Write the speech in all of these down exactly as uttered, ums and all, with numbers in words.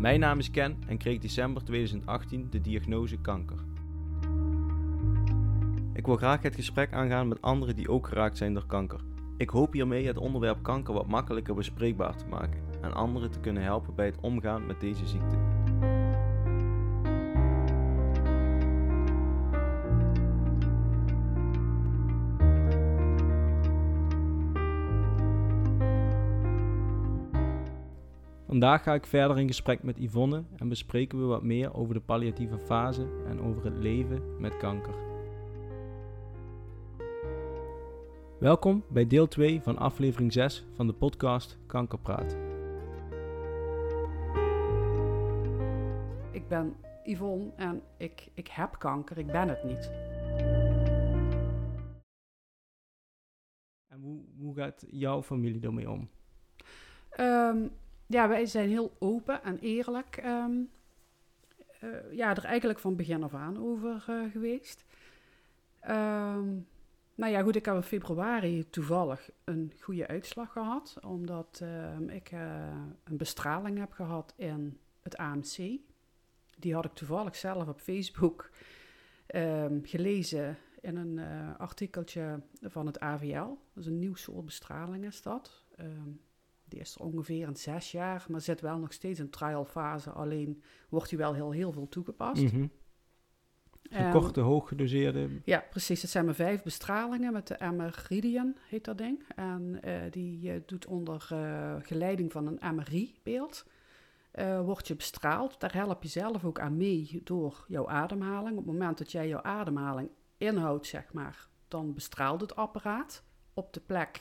Mijn naam is Ken en kreeg december tweeduizend achttien de diagnose kanker. Ik wil graag het gesprek aangaan met anderen die ook geraakt zijn door kanker. Ik hoop hiermee het onderwerp kanker wat makkelijker bespreekbaar te maken en anderen te kunnen helpen bij het omgaan met deze ziekte. Vandaag ga ik verder in gesprek met Yvonne en bespreken we wat meer over de palliatieve fase en over het leven met kanker. Welkom bij deel twee van aflevering zes van de podcast Kankerpraat. Ik ben Yvonne en ik, ik heb kanker, ik ben het niet. En hoe, hoe gaat jouw familie ermee om? Um, ja, wij zijn heel open en eerlijk. Um, uh, ja, er eigenlijk van begin af aan over uh, geweest. Um, nou ja, goed, ik heb in februari toevallig een goede uitslag gehad. Omdat uh, ik uh, een bestraling heb gehad in het A M C. Die had ik toevallig zelf op Facebook um, gelezen in een uh, artikeltje van het A V L. Dat is een nieuw soort bestraling is dat. Um, die is er ongeveer een zes jaar, maar zit wel nog steeds in trialfase. Alleen wordt die wel heel, heel veel toegepast. Mm-hmm. Um, korte, hooggedoseerde... Ja, precies. Het zijn maar vijf bestralingen met de Emiridian, heet dat ding. En uh, die uh, doet onder uh, geleiding van een M R I-beeld. Uh, word je bestraald. Daar help je zelf ook aan mee door jouw ademhaling. Op het moment dat jij jouw ademhaling inhoudt, zeg maar, dan bestraalt het apparaat op de plek.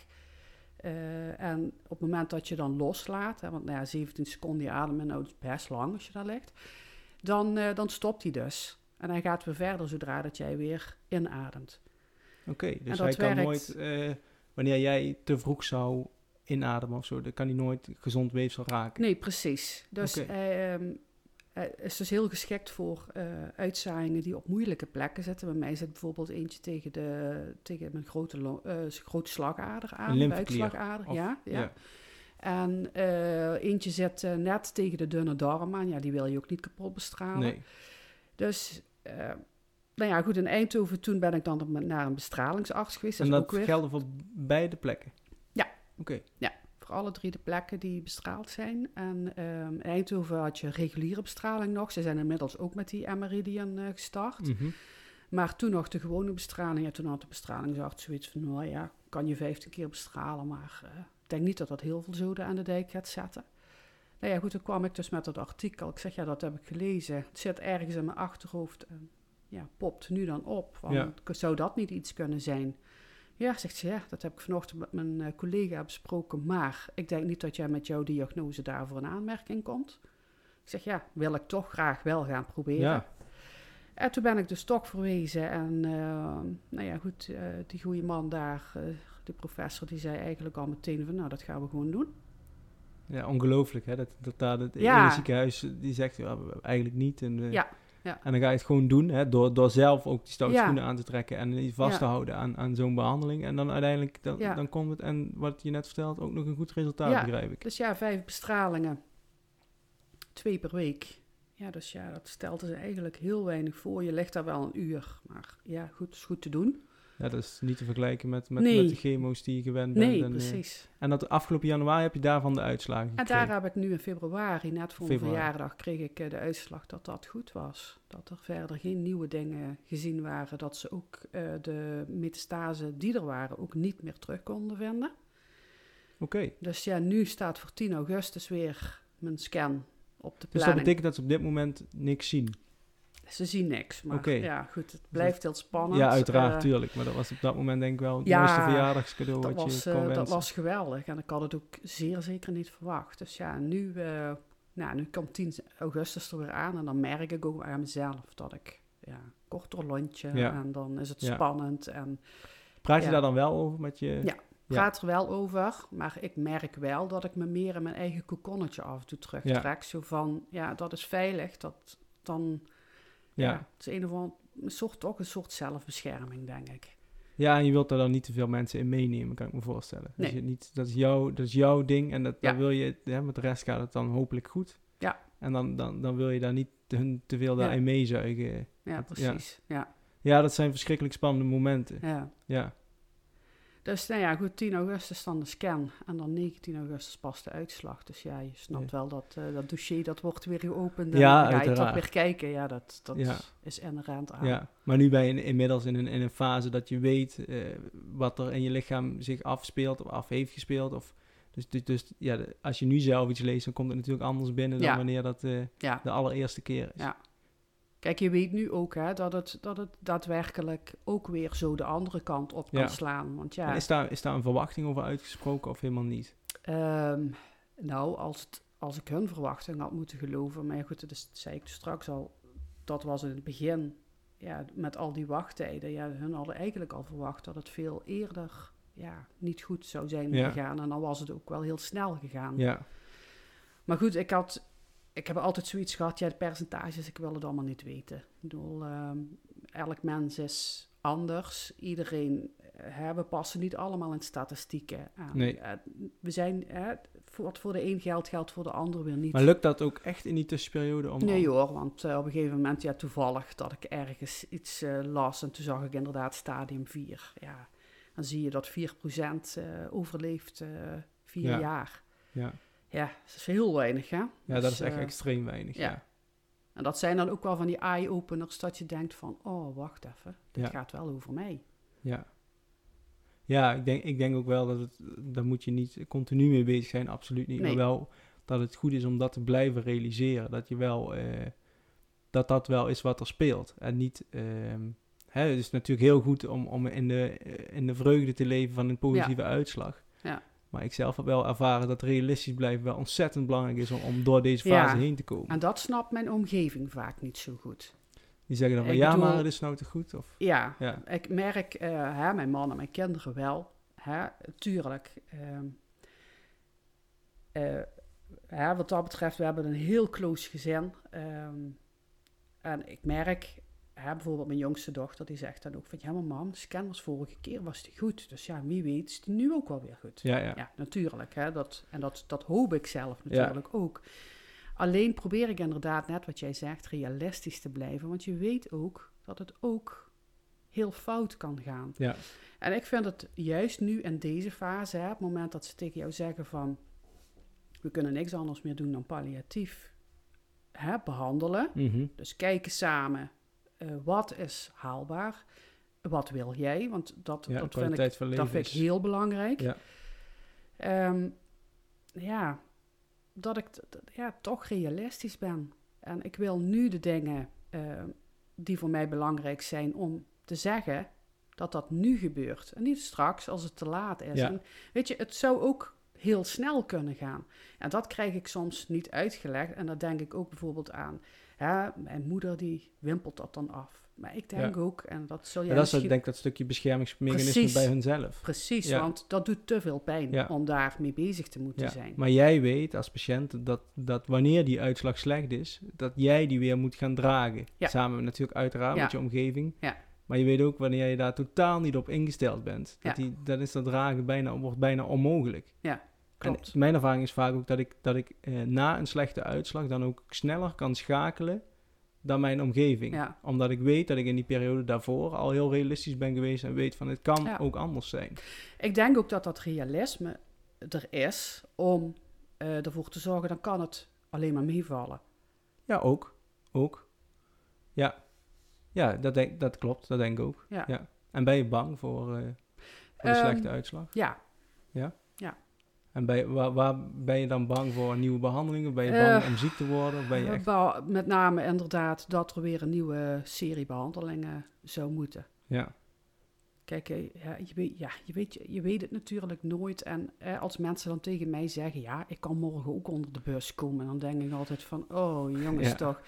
Uh, en op het moment dat je dan loslaat, hè, want nou ja, zeventien seconden je adem inhoud is best lang als je daar ligt, dan, uh, dan stopt hij dus. En hij gaat weer verder zodra dat jij weer inademt. Oké, okay, dus hij kan werkt... nooit, uh, wanneer jij te vroeg zou inademen of zo, dan kan hij nooit gezond weefsel raken? Nee, precies. Dus okay. hij um, hij is dus heel geschikt voor uh, uitzaaiingen die op moeilijke plekken zitten. Bij mij zit bijvoorbeeld eentje tegen, de, tegen mijn grote, long, uh, grote slagader aan, een buikslagader. Of, ja, ja. ja. En uh, eentje zit uh, net tegen de dunne darm aan. Ja, die wil je ook niet kapot bestralen. Nee. Dus, uh, nou ja, goed, in Eindhoven toen ben ik dan naar een bestralingsarts geweest. En dat, dat ook weer... geldt voor beide plekken? Ja. Oké. Okay. Ja, voor alle drie de plekken die bestraald zijn. En um, in Eindhoven had je reguliere bestraling nog. Ze zijn inmiddels ook met die Emiridian uh, gestart. Mm-hmm. Maar toen nog de gewone bestraling. Ja, toen had de bestralingsarts zoiets van, nou ja, kan je vijftien keer bestralen, maar uh, ik denk niet dat dat heel veel zoden aan de dijk gaat zetten. Nou ja, goed, toen kwam ik dus met dat artikel. Ik zeg, ja, dat heb ik gelezen. Het zit ergens in mijn achterhoofd en ja, popt nu dan op. Van, ja. Zou dat niet iets kunnen zijn? Ja, zegt ze, ja, dat heb ik vanochtend met mijn uh, collega besproken, maar ik denk niet dat jij met jouw diagnose daarvoor in aanmerking komt. Ik zeg, ja, wil ik toch graag wel gaan proberen. Ja. En toen ben ik dus toch verwezen en uh, nou ja, goed, uh, die goede man daar, uh, de professor, die zei eigenlijk al meteen van, nou, dat gaan we gewoon doen. Ja, ongelooflijk, hè, dat, dat daar het ja. ene ziekenhuis, die zegt, ja, eigenlijk niet. En, uh, ja. Ja. En dan ga je het gewoon doen, hè, door, door zelf ook die stoute ja. schoenen aan te trekken en die vast te ja. houden aan, aan zo'n behandeling. En dan uiteindelijk, dan, ja. dan komt het, en wat je net vertelt, ook nog een goed resultaat, ja. begrijp ik. Dus ja, vijf bestralingen, twee per week. Ja, dus ja, dat stelt dus eigenlijk heel weinig voor. Je ligt daar wel een uur, maar ja, goed, is goed te doen. Ja, dat is niet te vergelijken met, met, nee. met de chemo's die je gewend bent. Nee, en, precies. Uh, en dat afgelopen januari heb je daarvan de uitslagen gekregen. En daar heb ik nu in februari, net voor mijn verjaardag, kreeg ik uh, de uitslag dat dat goed was. Dat er verder geen nieuwe dingen gezien waren. Dat ze ook uh, de metastase die er waren ook niet meer terug konden vinden. Oké. Okay. Dus ja, nu staat voor tien augustus weer mijn scan op de planning. Dus dat betekent dat ze op dit moment niks zien? Ze zien niks, maar okay. ja, goed, het blijft heel spannend. Ja, uiteraard, uh, tuurlijk. Maar dat was op dat moment denk ik wel het ja, mooiste verjaardagscadeau wat was, je kon uh, wensen. Dat was geweldig en ik had het ook zeer zeker niet verwacht. Dus ja, nu, uh, nou, nu komt tien augustus er weer aan en dan merk ik ook aan mezelf dat ik, ja, korter lontje ja. en dan is het ja. spannend. En, Praat je ja. daar dan wel over met je... Ja. Praat er wel over, maar ik merk wel dat ik me meer in mijn eigen kokonnetje af en toe terugtrek. Ja. Zo van, ja, dat is veilig, dat dan... Ja, ja, het is een of andere een soort, ook een soort zelfbescherming, denk ik. Ja, en je wilt daar dan niet te veel mensen in meenemen, kan ik me voorstellen. Nee. Dus je niet, dat, is jouw, dat is jouw ding en dat, ja. daar wil je, ja, met de rest gaat het dan hopelijk goed. Ja, En dan, dan, dan wil je daar niet te, te veel daarin Ja. meezuigen. Ja, Dat- precies. Ja. Ja, dat zijn verschrikkelijk spannende momenten. Ja. Ja, Dus nou ja, goed, tien augustus dan de scan en dan negentien augustus pas de uitslag. Dus ja, je snapt Ja. wel dat uh, dat dossier, dat wordt weer geopend en Ja, dan ga je toch uiteraard. weer kijken. Ja, dat, dat Ja. is inherent aan. ja. Maar nu ben je in- inmiddels in een, in een fase dat je weet eh, wat er in je lichaam zich afspeelt of af heeft gespeeld. Of, dus dus, dus ja, de- als je nu zelf iets leest, dan komt het natuurlijk anders binnen dan Ja. wanneer dat eh, Ja. de allereerste keer is. Ja. Kijk, je weet nu ook hè, dat, het, dat het daadwerkelijk ook weer zo de andere kant op kan Ja. slaan. Want ja, En is, daar, is daar een verwachting over uitgesproken of helemaal niet? Ehm, nou, als, het, als ik hun verwachting had moeten geloven, maar ja, goed, dat, is, dat zei ik straks al, dat was in het begin, ja, met al die wachttijden, ja, hun hadden eigenlijk al verwacht dat het veel eerder, ja, niet goed zou zijn Ja. gegaan en dan was het ook wel heel snel gegaan. Ja, Maar goed, ik had, ik heb altijd zoiets gehad, ja, de percentages, ik wil het allemaal niet weten. Ik bedoel, ehm, elk mens is anders, iedereen, hè, we passen niet allemaal in statistieken aan. Nee. Eh, we zijn, hè, voor, wat voor de een geldt, geldt voor de ander weer niet. maar lukt dat ook echt in die tussenperiode? Om, Nee hoor, want uh, op een gegeven moment, ja, toevallig dat ik ergens iets uh, las en toen zag ik inderdaad stadium vier. Ja, dan zie je dat vier procent uh, overleeft uh, vier Ja. jaar. Ja. Ja, dat is heel weinig, hè? Ja, Dus, dat is echt uh, extreem weinig. Ja. ja. En dat zijn dan ook wel van die eye-openers dat je denkt van, oh, wacht even, dit Ja. gaat wel over mij. Ja, ja ik, denk, ik denk ook wel dat het, daar moet je niet continu mee bezig zijn, absoluut niet. Nee. Maar wel dat het goed is om dat te blijven realiseren. Dat je wel, eh, dat dat wel is wat er speelt. En niet, ehm, hè, het is natuurlijk heel goed om, om in, de, in de vreugde te leven van een positieve Ja. uitslag. Ja. Maar ik zelf heb wel ervaren dat realistisch blijven wel ontzettend belangrijk is om, om door deze Ja. fase heen te komen. En dat snapt mijn omgeving vaak niet zo goed. Die zeggen dan van, Ik ja, bedoel- maar het is nou te goed? Of, Ja, ja, ik merk, uh, hè, mijn man en mijn kinderen wel. Hè, tuurlijk. Uh, uh, hè, wat dat betreft, we hebben een heel close gezin. Um, en ik merk, hè, bijvoorbeeld mijn jongste dochter, die zegt dan ook van, ja maar mam, de scan was vorige keer was die goed. Dus ja, wie weet is die nu ook wel weer goed. ja, ja. Ja, natuurlijk. Hè, dat, en dat, dat hoop ik zelf natuurlijk ja. ook. Alleen probeer ik inderdaad, net wat jij zegt, realistisch te blijven. Want je weet ook dat het ook heel fout kan gaan. Ja. En ik vind het juist nu in deze fase, hè, op het moment dat ze tegen jou zeggen van, we kunnen niks anders meer doen dan palliatief hè, behandelen. Mm-hmm. Dus kijken samen, uh, wat is haalbaar? Wat wil jij? Want dat, ja, dat, vind ik, dat vind ik heel belangrijk. Ja. Um, ja, dat ik t- t- ja, toch realistisch ben. En ik wil nu de dingen uh, die voor mij belangrijk zijn om te zeggen dat dat nu gebeurt. En niet straks als het te laat is. Ja. En weet je, het zou ook heel snel kunnen gaan. En dat krijg ik soms niet uitgelegd. En daar denk ik ook bijvoorbeeld aan. Ja, mijn moeder die wimpelt dat dan af. Maar ik denk ja. ook, en dat zul jij ja, dat misschien... is denk ik dat stukje beschermingsmechanisme Precies. bij hunzelf. Precies, ja. want dat doet te veel pijn ja. om daar mee bezig te moeten ja. zijn. Maar jij weet als patiënt dat, dat wanneer die uitslag slecht is, dat jij die weer moet gaan dragen. Ja. Samen natuurlijk uiteraard ja. met je omgeving. Ja. Maar je weet ook wanneer je daar totaal niet op ingesteld bent. Dat Ja. die, dan is dat dragen bijna, wordt bijna onmogelijk. Ja, klopt. En mijn ervaring is vaak ook dat ik, dat ik eh, na een slechte uitslag dan ook sneller kan schakelen dan mijn omgeving. Ja. Omdat ik weet dat ik in die periode daarvoor al heel realistisch ben geweest en weet van het kan Ja. ook anders zijn. Ik denk ook dat dat realisme er is om uh, ervoor te zorgen, dan kan het alleen maar meevallen. Ja, ook. Ook. Ja. Ja, dat, denk, dat klopt. Dat denk ik ook. Ja. Ja. En ben je bang voor, uh, voor de um, slechte uitslag? Ja. Ja? Ja. En ben je, waar, waar ben je dan bang voor? Nieuwe behandelingen? Ben je bang uh, om ziek te worden? Of ben je echt... Met name inderdaad dat er weer een nieuwe serie behandelingen zou moeten. Ja. Kijk, ja, je, weet, ja, je, weet, je weet het natuurlijk nooit. En eh, als mensen dan tegen mij zeggen, ja, ik kan morgen ook onder de bus komen. Dan denk ik altijd van, oh jongens ja. toch.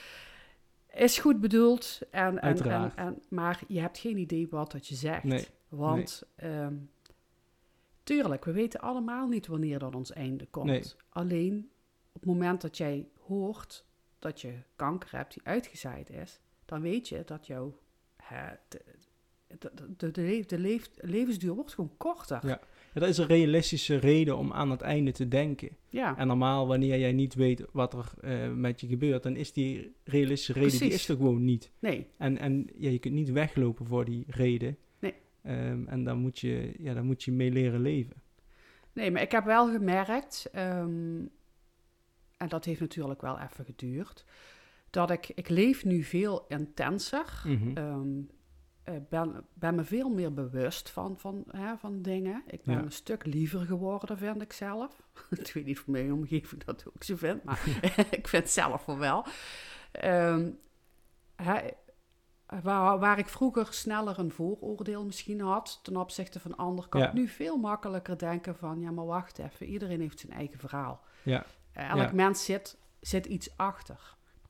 Is goed bedoeld. En, en, Uiteraard. en, en, maar je hebt geen idee wat dat je zegt. Nee. Want nee. um, tuurlijk, we weten allemaal niet wanneer dat ons einde komt. Nee. Alleen op het moment dat jij hoort dat je kanker hebt die uitgezaaid is, dan weet je dat jouw... Uh, de, de, de, le- de leef- levensduur wordt gewoon korter. Ja. Ja, dat is een realistische reden om aan het einde te denken. Ja, En normaal, wanneer jij niet weet wat er uh, met je gebeurt, dan is die realistische reden, Precies. die is er gewoon niet. nee. En, en ja, je kunt niet weglopen voor die reden. Nee. Um, en dan moet, je, ja, dan moet je mee leren leven. Nee, maar ik heb wel gemerkt, um, en dat heeft natuurlijk wel even geduurd, dat ik, ik leef nu veel intenser. Mm-hmm. Um, uh, ben, ben me veel meer bewust van, van, hè, van dingen. Ik ben Ja. een stuk liever geworden, vind ik zelf. Ik weet niet of mijn omgeving dat ook zo vindt, maar ik vind het zelf wel wel. Um, hè, waar, waar ik vroeger sneller een vooroordeel misschien had ten opzichte van anderen, kan Ja. ik nu veel makkelijker denken van, ja, maar wacht even, iedereen heeft zijn eigen verhaal. Ja. Elk Ja. mens zit, zit iets achter.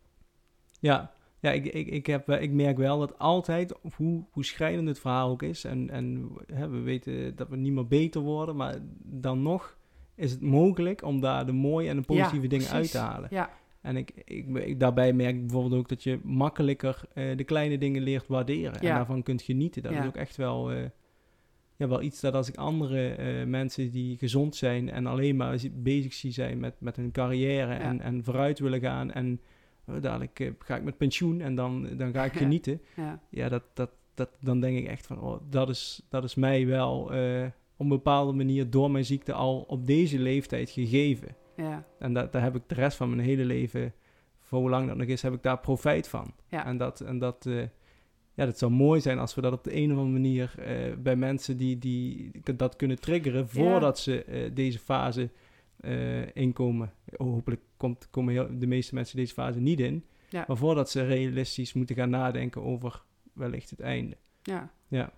Ja, ja ik, ik, ik, heb, ik merk wel dat altijd, hoe, hoe schrijnend het verhaal ook is, en, en hè, we weten dat we niet meer beter worden, maar dan nog is het mogelijk om daar de mooie en de positieve Ja, dingen precies. uit te halen. Ja, En ik, ik, ik, daarbij merk ik bijvoorbeeld ook dat je makkelijker uh, de kleine dingen leert waarderen en Ja. daarvan kunt genieten. Dat Ja. is ook echt wel, uh, ja, wel iets dat als ik andere uh, mensen die gezond zijn en alleen maar bezig zie zijn met, met hun carrière Ja. en, en vooruit willen gaan en uh, dadelijk uh, ga ik met pensioen en dan, dan ga ik genieten. ja. Ja, dat, dat, dat, dan denk ik echt van, oh, dat is, dat is mij wel uh, op een bepaalde manier door mijn ziekte al op deze leeftijd gegeven. Ja, En da- daar heb ik de rest van mijn hele leven, voor hoe lang dat nog is, heb ik daar profijt van. Ja. En dat, en dat, uh, ja, dat zou mooi zijn als we dat op de een of andere manier uh, bij mensen die, die dat kunnen triggeren voordat ja. ze uh, deze fase uh, inkomen. Hopelijk komt, komen heel, de meeste mensen deze fase niet in. Ja. Maar voordat ze realistisch moeten gaan nadenken over wellicht het einde. Ja. Ja.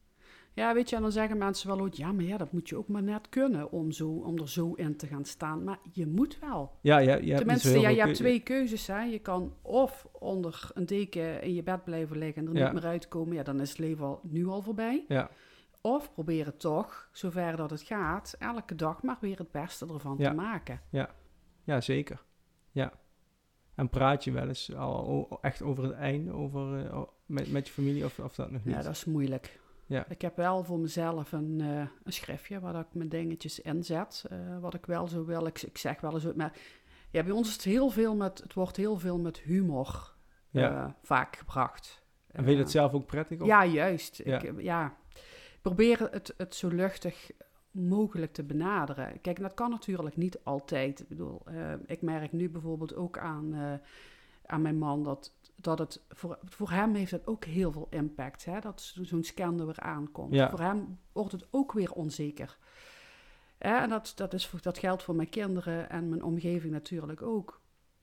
Ja, weet je, en dan zeggen mensen wel ooit, ja, maar ja, dat moet je ook maar net kunnen om, zo, om er zo in te gaan staan. Maar je moet wel. Ja, ja, je Tenminste, hebt ja, je keu- hebt twee keuzes. Hè. Je kan of onder een deken in je bed blijven liggen en er Ja. niet meer uitkomen. Ja, dan is het leven al, nu al voorbij. Ja. Of proberen toch, zover dat het gaat, elke dag maar weer het beste ervan Ja. te maken. Ja, zeker. Ja. En praat je wel eens al o- echt over het einde, over, uh, met, met je familie, of, of dat nog niet? Ja, dat is moeilijk. Ja. Ik heb wel voor mezelf een, uh, een schriftje waar ik mijn dingetjes inzet. Uh, wat ik wel zo wil. Ik, ik zeg wel eens, maar ja, bij ons is het heel veel met, het wordt heel veel met humor uh, Ja. vaak gebracht. En vind je dat zelf ook prettig? Of? Ja, juist. Ja. Ik, ja. Probeer het, het zo luchtig mogelijk te benaderen. Kijk, en dat kan natuurlijk niet altijd. Ik bedoel, uh, ik merk nu bijvoorbeeld ook aan, uh, aan mijn man dat, dat het voor, voor hem heeft het ook heel veel impact. Hè? Dat zo'n scan er weer aankomt. Ja. Voor hem wordt het ook weer onzeker. Hè? En dat, dat, is, dat geldt voor mijn kinderen en mijn omgeving natuurlijk ook.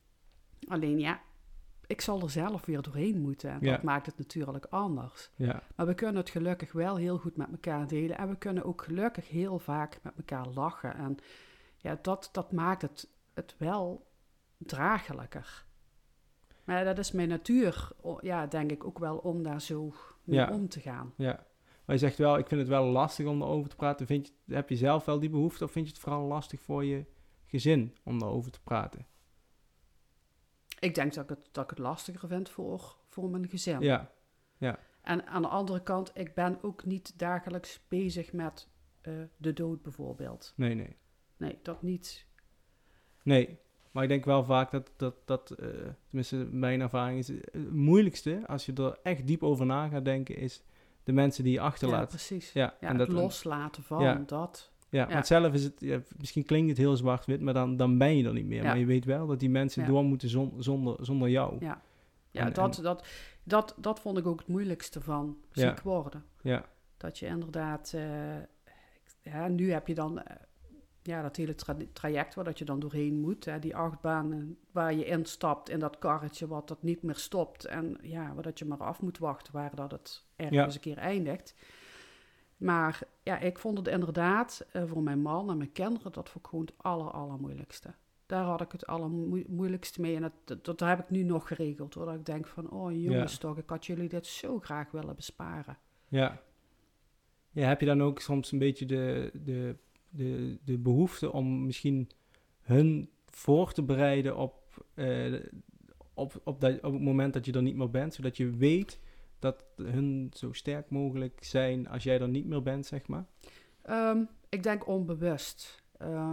Alleen ja, ik zal er zelf weer doorheen moeten. En Ja. dat maakt het natuurlijk anders. Ja. Maar we kunnen het gelukkig wel heel goed met elkaar delen. En we kunnen ook gelukkig heel vaak met elkaar lachen. En ja, dat, dat maakt het, het wel draaglijker. Maar dat is mijn natuur, ja, denk ik ook wel, om daar zo mee Ja. om te gaan. Ja. Maar je zegt wel, ik vind het wel lastig om erover te praten. Vind je, heb je zelf wel die behoefte of vind je het vooral lastig voor je gezin om daarover te praten? Ik denk dat ik het, dat ik het lastiger vind voor, voor mijn gezin. Ja. Ja. En aan de andere kant, ik ben ook niet dagelijks bezig met uh, de dood bijvoorbeeld. Nee, nee. Nee, dat niet. Nee. Maar ik denk wel vaak dat, dat, dat uh, tenminste mijn ervaring is, het moeilijkste, als je er echt diep over na gaat denken, is de mensen die je achterlaat. Ja, precies. Ja, Ja, en het dat, loslaten van ja. dat. Ja, Ja. want zelf is het, ja, misschien klinkt het heel zwart-wit, maar dan, dan ben je er niet meer. Ja. Maar je weet wel dat die mensen Ja. door moeten zon, zonder, zonder jou. Ja, ja En- dat, en- dat, dat, dat vond ik ook het moeilijkste van ziek Ja. worden. Ja, Dat je inderdaad, uh, ja, nu heb je dan uh, ja, dat hele tra- traject waar dat je dan doorheen moet. Hè, die achtbanen waar je instapt in dat karretje wat dat niet meer stopt. En ja, waar dat je maar af moet wachten waar dat het ergens Ja. een keer eindigt. Maar ja, ik vond het inderdaad uh, voor mijn man en mijn kinderen, dat vond ik gewoon het aller, allermoeilijkste. Daar had ik het allermoeilijkste mee. En dat, dat, dat heb ik nu nog geregeld. Hoor. Dat ik denk van, oh jongens Ja. toch, ik had jullie dit zo graag willen besparen. ja. Ja, heb je dan ook soms een beetje de, de, de, de behoefte om misschien hun voor te bereiden op, uh, op, op, dat, op het moment dat je er niet meer bent, zodat je weet dat hun zo sterk mogelijk zijn als jij er niet meer bent, zeg maar? Um, ik denk onbewust.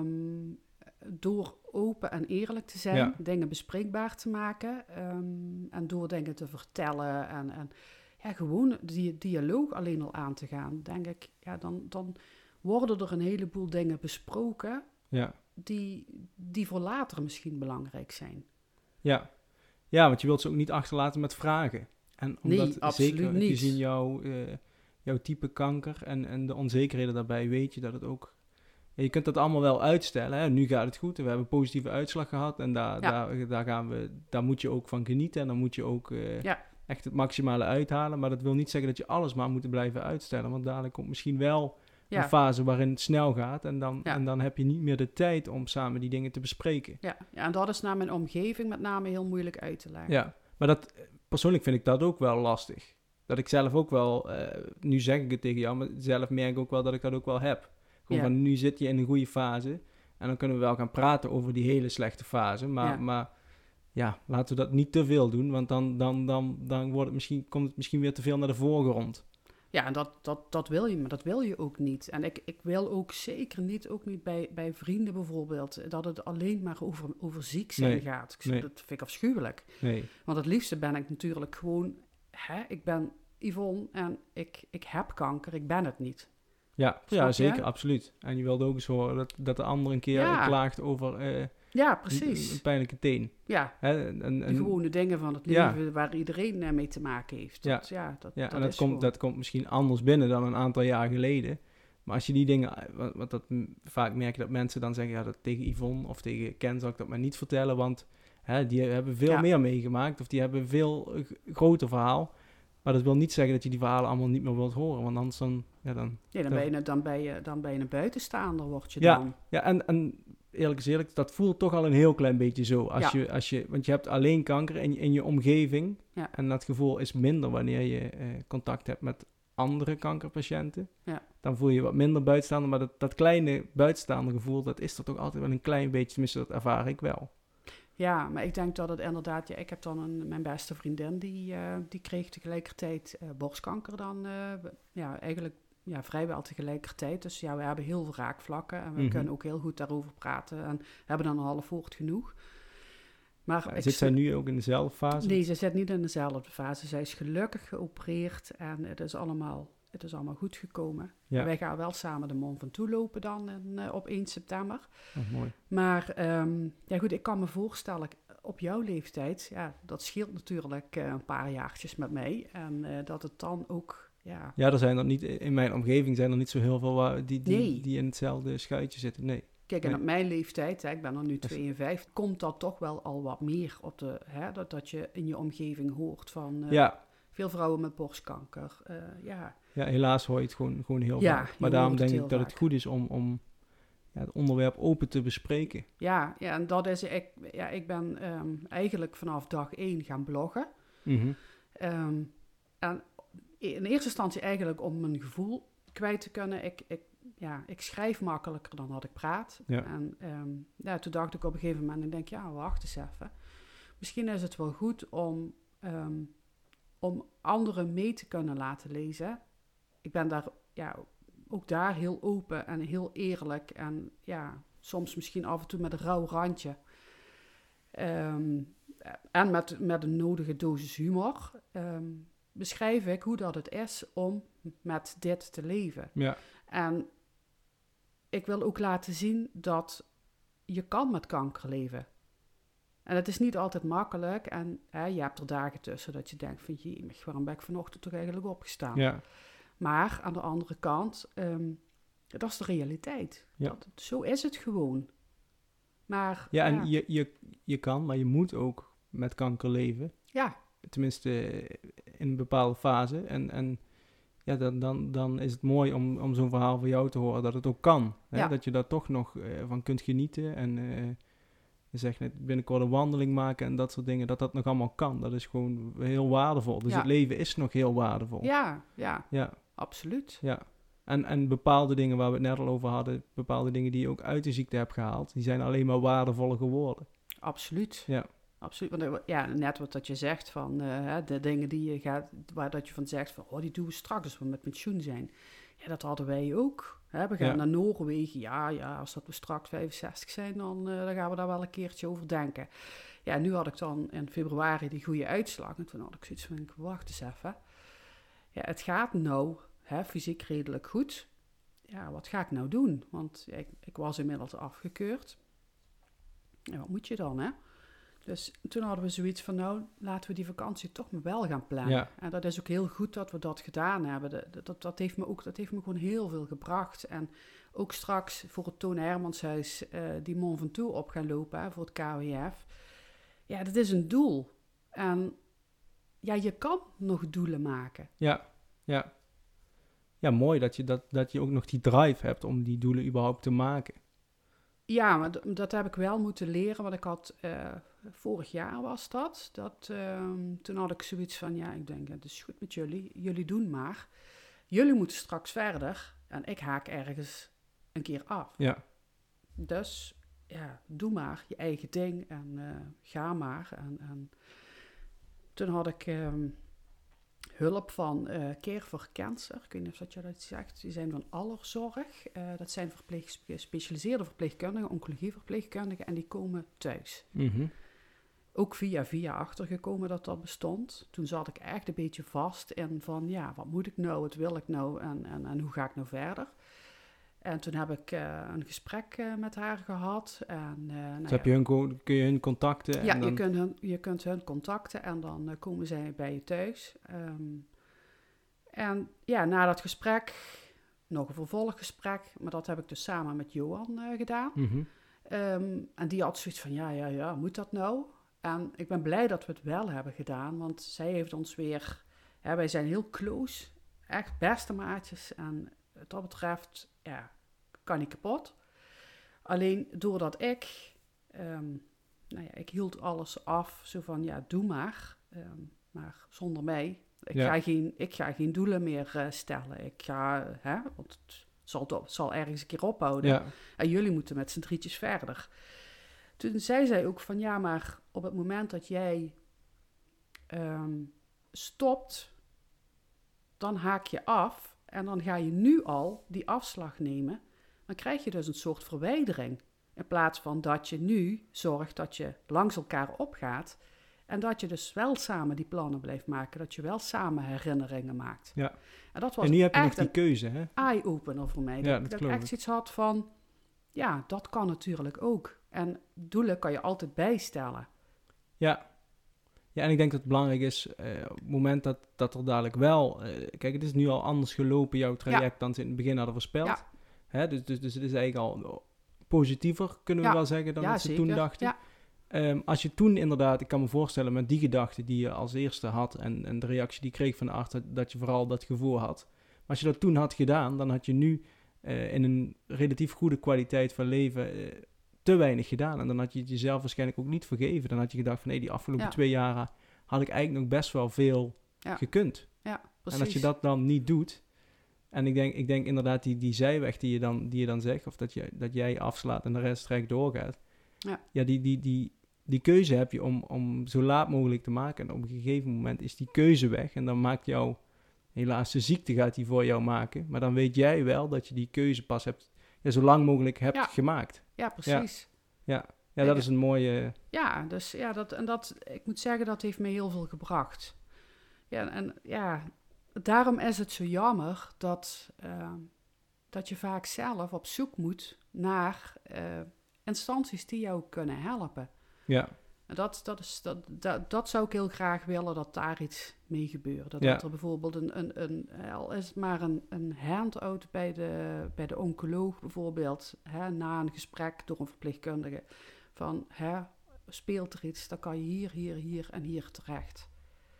Um, door open en eerlijk te zijn, ja. dingen bespreekbaar te maken um, en door dingen te vertellen en, en ja, gewoon die dialoog alleen al aan te gaan, denk ik, ja, dan, dan worden er een heleboel dingen besproken ja. die, die voor later misschien belangrijk zijn. Ja. ja, want je wilt ze ook niet achterlaten met vragen. En omdat nee, absoluut zeker niet. gezien jouw, uh, jouw type kanker en, en de onzekerheden daarbij, weet je dat het ook... Ja, je kunt dat allemaal wel uitstellen. Hè? Nu gaat het goed en we hebben een positieve uitslag gehad. En daar, ja. daar, daar, gaan we, daar moet je ook van genieten. En dan moet je ook uh, ja. echt het maximale uithalen. Maar dat wil niet zeggen dat je alles maar moet blijven uitstellen. Want dadelijk komt misschien wel ja. een fase waarin het snel gaat. En dan, ja. en dan heb je niet meer de tijd om samen die dingen te bespreken. Ja, ja en dat is naar mijn omgeving met name heel moeilijk uit te leggen. Ja, maar dat, persoonlijk vind ik dat ook wel lastig. Dat ik zelf ook wel, uh, nu zeg ik het tegen jou, maar zelf merk ik ook wel dat ik dat ook wel heb. Gewoon ja. van, nu zit je in een goede fase. En dan kunnen we wel gaan praten over die hele slechte fase. Maar ja, maar, ja laten we dat niet te veel doen. Want dan, dan, dan, dan wordt het misschien, komt het misschien weer te veel naar de voorgrond. Ja, en dat, dat, dat wil je, maar dat wil je ook niet. En ik, ik wil ook zeker niet, ook niet bij, bij vrienden bijvoorbeeld, dat het alleen maar over, over ziek zijn nee. gaat. Ik, nee. Dat vind ik afschuwelijk. Nee. Want het liefste ben ik natuurlijk gewoon, hè, ik ben Yvonne en ik, ik heb kanker, ik ben het niet. Ja, ja, zeker, absoluut. En je wilde ook eens horen dat, dat de ander een keer ja. klaagt over uh, ja, precies. Een, een pijnlijke teen. Ja, Hè? En, en, de gewone dingen van het leven ja. waar iedereen uh, mee te maken heeft. Dat, ja. Ja, dat, ja, dat en dat is komt, gewoon... dat komt misschien anders binnen dan een aantal jaar geleden. Maar als je die dingen, want, want dat, vaak merk je dat mensen dan zeggen, ja, dat tegen Yvonne of tegen Ken zal ik dat maar niet vertellen, want hè, die hebben veel ja. meer meegemaakt of die hebben een veel uh, groter verhaal. Maar dat wil niet zeggen dat je die verhalen allemaal niet meer wilt horen. Want anders dan... Ja, dan, ja, dan, ben je, dan, ben je, dan ben je een buitenstaander, word je ja, dan. Ja, en, en eerlijk is eerlijk, dat voelt toch al een heel klein beetje zo. Als ja. je, als je, want je hebt alleen kanker in, in je omgeving. Ja. En dat gevoel is minder wanneer je uh, contact hebt met andere kankerpatiënten. Ja. Dan voel je je wat minder buitenstaander. Maar dat, dat kleine buitenstaander gevoel, dat is er toch altijd wel een klein beetje. Tenminste, dat ervaar ik wel. Ja, maar ik denk dat het inderdaad... Ja, ik heb dan een, mijn beste vriendin, die, uh, die kreeg tegelijkertijd uh, borstkanker dan. Uh, ja, eigenlijk ja, vrijwel tegelijkertijd. Dus ja, we hebben heel veel raakvlakken. En we mm-hmm. kunnen ook heel goed daarover praten. En hebben dan een half woord genoeg. Maar ja, zit zij nu ook in dezelfde fase? Nee, ze zit niet in dezelfde fase. Zij is gelukkig geopereerd en het is allemaal, het is allemaal goed gekomen. Ja. Wij gaan wel samen de Mont Ventoux lopen dan in, uh, op één september. Oh, mooi. Maar um, ja goed, ik kan me voorstellen, op jouw leeftijd, ja, dat scheelt natuurlijk uh, een paar jaartjes met mij. En uh, dat het dan ook, ja... Ja, er zijn er niet, in mijn omgeving zijn er niet zo heel veel waar, die, die, nee. die in hetzelfde schuitje zitten, nee. Kijk, en nee. op mijn leeftijd, hè, ik ben er nu tweeënvijftig, komt dat toch wel al wat meer op de... Hè, dat, dat je in je omgeving hoort van uh, ja. veel vrouwen met borstkanker. Uh, ja. ja, helaas hoor je het gewoon, gewoon heel ja, vaak. Maar daarom denk ik vaak. dat het goed is om, om ja, het onderwerp open te bespreken. Ja, ja en dat is... Ik, ja, ik ben um, eigenlijk vanaf dag één gaan bloggen. Mm-hmm. Um, en in eerste instantie eigenlijk om mijn gevoel kwijt te kunnen. Ik... ik Ja, ik schrijf makkelijker dan dat ik praat. Ja. En um, ja, toen dacht ik op een gegeven moment, ik denk, ja, wacht eens even. Misschien is het wel goed om, um, om anderen mee te kunnen laten lezen. Ik ben daar, ja, ook daar heel open en heel eerlijk. En ja, soms misschien af en toe met een rauw randje. Um, en met, met een nodige dosis humor. Um, beschrijf ik hoe dat het is om met dit te leven. Ja. En ik wil ook laten zien dat je kan met kanker leven. En het is niet altijd makkelijk. En hè, je hebt er dagen tussen dat je denkt van... Jee, waarom ben ik vanochtend toch eigenlijk opgestaan? Ja. Maar aan de andere kant, um, dat is de realiteit. Ja. Dat, zo is het gewoon. Maar, ja, en ja. Je, je, je kan, maar je moet ook met kanker leven. Ja. Tenminste, in een bepaalde fase. En... en ja, dan, dan, dan is het mooi om, om zo'n verhaal van jou te horen dat het ook kan. Hè? Ja. Dat je daar toch nog uh, van kunt genieten. En uh, je zegt net binnenkort een wandeling maken en dat soort dingen. Dat dat nog allemaal kan. Dat is gewoon heel waardevol. Dus ja. Het leven is nog heel waardevol. Ja, ja, ja. absoluut. Ja. En, en bepaalde dingen waar we het net al over hadden. Bepaalde dingen die je ook uit de ziekte hebt gehaald. Die zijn alleen maar waardevoller geworden. Absoluut. Ja. absoluut. Want ja, net wat dat je zegt van uh, de dingen die je gaat, waar dat je van zegt van, oh, die doen we straks als we met pensioen zijn. Ja, dat hadden wij ook. Hè? We gaan Ja. naar Noorwegen. Ja, ja, als dat we straks vijfenzestig zijn, dan, uh, dan gaan we daar wel een keertje over denken. Ja, nu had ik dan in februari die goede uitslag. En toen had ik zoiets van, wacht eens even. Ja, het gaat nou hè, fysiek redelijk goed. Ja, wat ga ik nou doen? Want ja, ik, ik was inmiddels afgekeurd. En wat moet je dan, hè? Dus toen hadden we zoiets van, nou, laten we die vakantie toch maar wel gaan plannen. Ja. En dat is ook heel goed dat we dat gedaan hebben. Dat, dat, dat, heeft, me ook, dat heeft me gewoon heel veel gebracht. En ook straks voor het Toon Hermanshuis uh, die Mont Ventoux op gaan lopen, hè, voor het K W F. Ja, dat is een doel. En ja, je kan nog doelen maken. Ja, ja. Ja, mooi dat je, dat, dat je ook nog die drive hebt om die doelen überhaupt te maken. Ja, maar d- dat heb ik wel moeten leren, want ik had, uh, vorig jaar was dat, dat uh, toen had ik zoiets van, ja, ik denk, het is goed met jullie, jullie doen maar. Jullie moeten straks verder en ik haak ergens een keer af. Ja. Dus, ja, doe maar je eigen ding en uh, ga maar. En, en toen had ik um, hulp van uh, Care for Cancer, ik weet niet of dat je dat zegt, die zijn van Allerzorg. Uh, dat zijn verpleeg, gespecialiseerde verpleegkundigen, oncologieverpleegkundigen en die komen thuis. Mm-hmm. Ook via via achtergekomen dat dat bestond. Toen zat ik echt een beetje vast in van, ja, wat moet ik nou, wat wil ik nou en, en, en hoe ga ik nou verder? En toen heb ik uh, een gesprek uh, met haar gehad. En, uh, nou dus ja, heb je hun, kun je hun contacten? Ja, en dan... je, kunt hun, je kunt hun contacten en dan uh, komen zij bij je thuis. Um, en ja, na dat gesprek nog een vervolggesprek. Maar dat heb ik dus samen met Johan uh, gedaan. Mm-hmm. Um, en die had zoiets van, ja, ja, ja, moet dat nou? En ik ben blij dat we het wel hebben gedaan. Want zij heeft ons weer... Hè, wij zijn heel close. Echt beste maatjes. En wat dat betreft, ja, kan niet kapot. Alleen doordat ik... Um, nou ja, ik hield alles af. Zo van, ja, doe maar. Um, maar zonder mij. Ik, Ja. ga, geen, ik ga geen doelen meer uh, stellen. Ik ga... Hè, want het zal, het zal ergens een keer ophouden. Ja. En jullie moeten met z'n drietjes verder. Toen zei zij ook van, ja, maar op het moment dat jij um, stopt, dan haak je af en dan ga je nu al die afslag nemen. Dan krijg je dus een soort verwijdering. In plaats van dat je nu zorgt dat je langs elkaar opgaat en dat je dus wel samen die plannen blijft maken. Dat je wel samen herinneringen maakt. Ja. En dat was En nu heb je nog echt die een keuze, hè? eye-opener voor mij. Ja, dat dat dat ik geloof echt ik. zoiets had van, ja, dat kan natuurlijk ook. En doelen kan je altijd bijstellen. Ja. Ja, en ik denk dat het belangrijk is, uh, op het moment dat, dat er dadelijk wel... Uh, kijk, het is nu al anders gelopen, jouw traject, Ja. dan ze in het begin hadden voorspeld. Ja. Hè? Dus, dus, dus het is eigenlijk al positiever, kunnen we Ja. wel zeggen, dan Ja, dat ze zeker. toen dachten. Ja. Um, als je toen inderdaad, ik kan me voorstellen met die gedachte die je als eerste had en, en de reactie die je kreeg van de arts, dat, dat je vooral dat gevoel had. Maar als je dat toen had gedaan, dan had je nu uh, in een relatief goede kwaliteit van leven uh, te weinig gedaan. En dan had je het jezelf waarschijnlijk ook niet vergeven. Dan had je gedacht van, nee, die afgelopen Ja. twee jaren had ik eigenlijk nog best wel veel Ja. gekund. Ja, precies. En als je dat dan niet doet, en ik denk, ik denk inderdaad die, die zijweg die je, dan, die je dan zegt, of dat, je, dat jij afslaat en de rest recht doorgaat. Ja. Ja, die, die, die, die keuze heb je om, om zo laat mogelijk te maken. En op een gegeven moment is die keuze weg. En dan maakt jou, helaas de ziekte gaat die voor jou maken. Maar dan weet jij wel dat je die keuze pas hebt, ja, zo lang mogelijk hebt Ja. gemaakt. Ja, precies. Ja, ja dat is een mooie... Ja, dus ja, dat, en dat, ik moet zeggen, dat heeft me heel veel gebracht. Ja, en ja, daarom is het zo jammer dat, uh, dat je vaak zelf op zoek moet naar uh, instanties die jou kunnen helpen. Ja. En dat, dat, is, dat, dat, dat zou ik heel graag willen, dat daar iets mee gebeurt. Dat, Ja. dat er bijvoorbeeld een, een, een, al is het maar een, een handout bij de, bij de oncoloog bijvoorbeeld, hè, na een gesprek door een verpleegkundige, van hè, speelt er iets, dan kan je hier, hier, hier en hier terecht.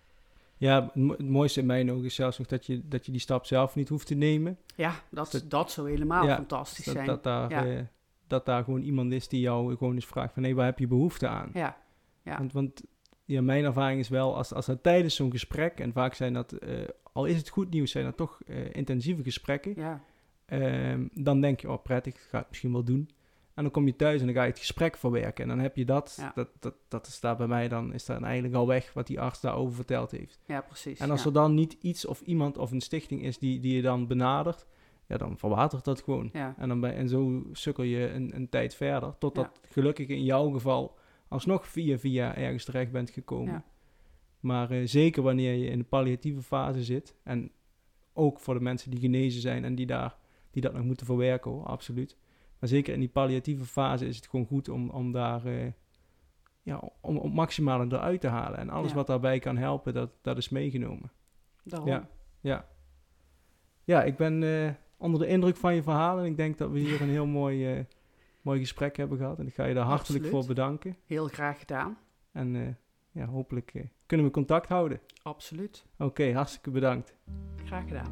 Ja, het mo- het mooiste in mijn ogen is zelfs nog dat je, dat je die stap zelf niet hoeft te nemen. Ja, dat, Dat- dat zou helemaal ja, fantastisch Dat, zijn. dat, daar, Ja. eh, dat daar gewoon iemand is die jou gewoon eens vraagt van, hé, waar heb je behoefte aan? Ja, ja. Want, want ja, mijn ervaring is wel, als, als dat tijdens zo'n gesprek, en vaak zijn dat, uh, al is het goed nieuws, zijn dat toch uh, intensieve gesprekken, ja, um, dan denk je, oh prettig, ga ik misschien wel doen. En dan kom je thuis en dan ga je het gesprek verwerken. En dan heb je dat, Ja. dat, dat, dat staat bij mij dan, is dan eigenlijk al weg wat die arts daarover verteld heeft. Ja, precies. En als ja. er dan niet iets of iemand of een stichting is die, die je dan benadert, ja, dan verwatert dat gewoon. Ja. En, dan ben, en zo sukkel je een, een tijd verder, totdat Ja. gelukkig in jouw geval alsnog via via ergens terecht bent gekomen. Ja. Maar uh, zeker wanneer je in de palliatieve fase zit, en ook voor de mensen die genezen zijn en die, daar, die dat nog moeten verwerken, hoor, absoluut. Maar zeker in die palliatieve fase is het gewoon goed om, om daar uh, ja, om, om maximale eruit te halen. En alles Ja. wat daarbij kan helpen, dat, dat is meegenomen. Daarom. Ja, ja. Ja, ik ben uh, onder de indruk van je verhaal en ik denk dat we hier een heel mooi, uh, mooi gesprek hebben gehad. En ik ga je daar hartelijk Absoluut. voor bedanken. Heel graag gedaan. En uh, ja, hopelijk uh, kunnen we contact houden. Absoluut. Oké, okay, hartstikke bedankt. Graag gedaan.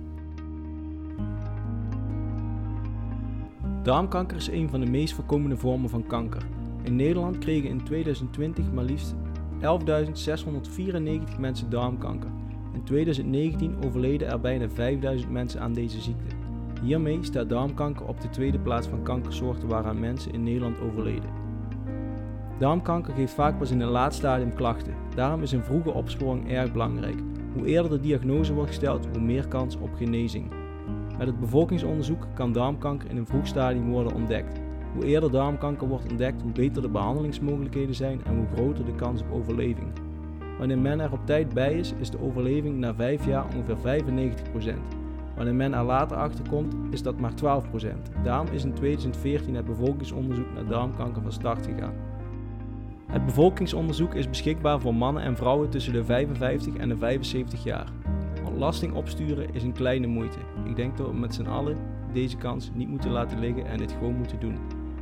Darmkanker is een van de meest voorkomende vormen van kanker. In Nederland kregen in tweeduizend twintig maar liefst elfduizend zeshonderdvierennegentig mensen darmkanker. In tweeduizend negentien overleden er bijna vijfduizend mensen aan deze ziekte. Hiermee staat darmkanker op de tweede plaats van kankersoorten waaraan mensen in Nederland overleden. Darmkanker geeft vaak pas in een laat stadium klachten. Daarom is een vroege opsporing erg belangrijk. Hoe eerder de diagnose wordt gesteld, hoe meer kans op genezing. Met het bevolkingsonderzoek kan darmkanker in een vroeg stadium worden ontdekt. Hoe eerder darmkanker wordt ontdekt, hoe beter de behandelingsmogelijkheden zijn en hoe groter de kans op overleving. Wanneer men er op tijd bij is, is de overleving na vijf jaar ongeveer vijfennegentig procent. Wanneer men er later achter komt, is dat maar twaalf procent. Daarom is in tweeduizend veertien het bevolkingsonderzoek naar darmkanker van start gegaan. Het bevolkingsonderzoek is beschikbaar voor mannen en vrouwen tussen de vijfenvijftig en de vijfenzeventig jaar. Ontlasting opsturen is een kleine moeite. Ik denk dat we met z'n allen deze kans niet moeten laten liggen en dit gewoon moeten doen.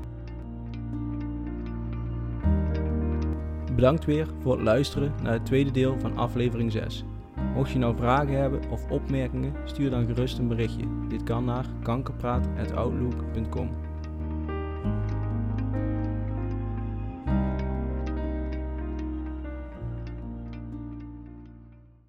Bedankt weer voor het luisteren naar het tweede deel van aflevering zes. Mocht je nou vragen hebben of opmerkingen, stuur dan gerust een berichtje. Dit kan naar kankerpraat apenstaartje outlook punt com.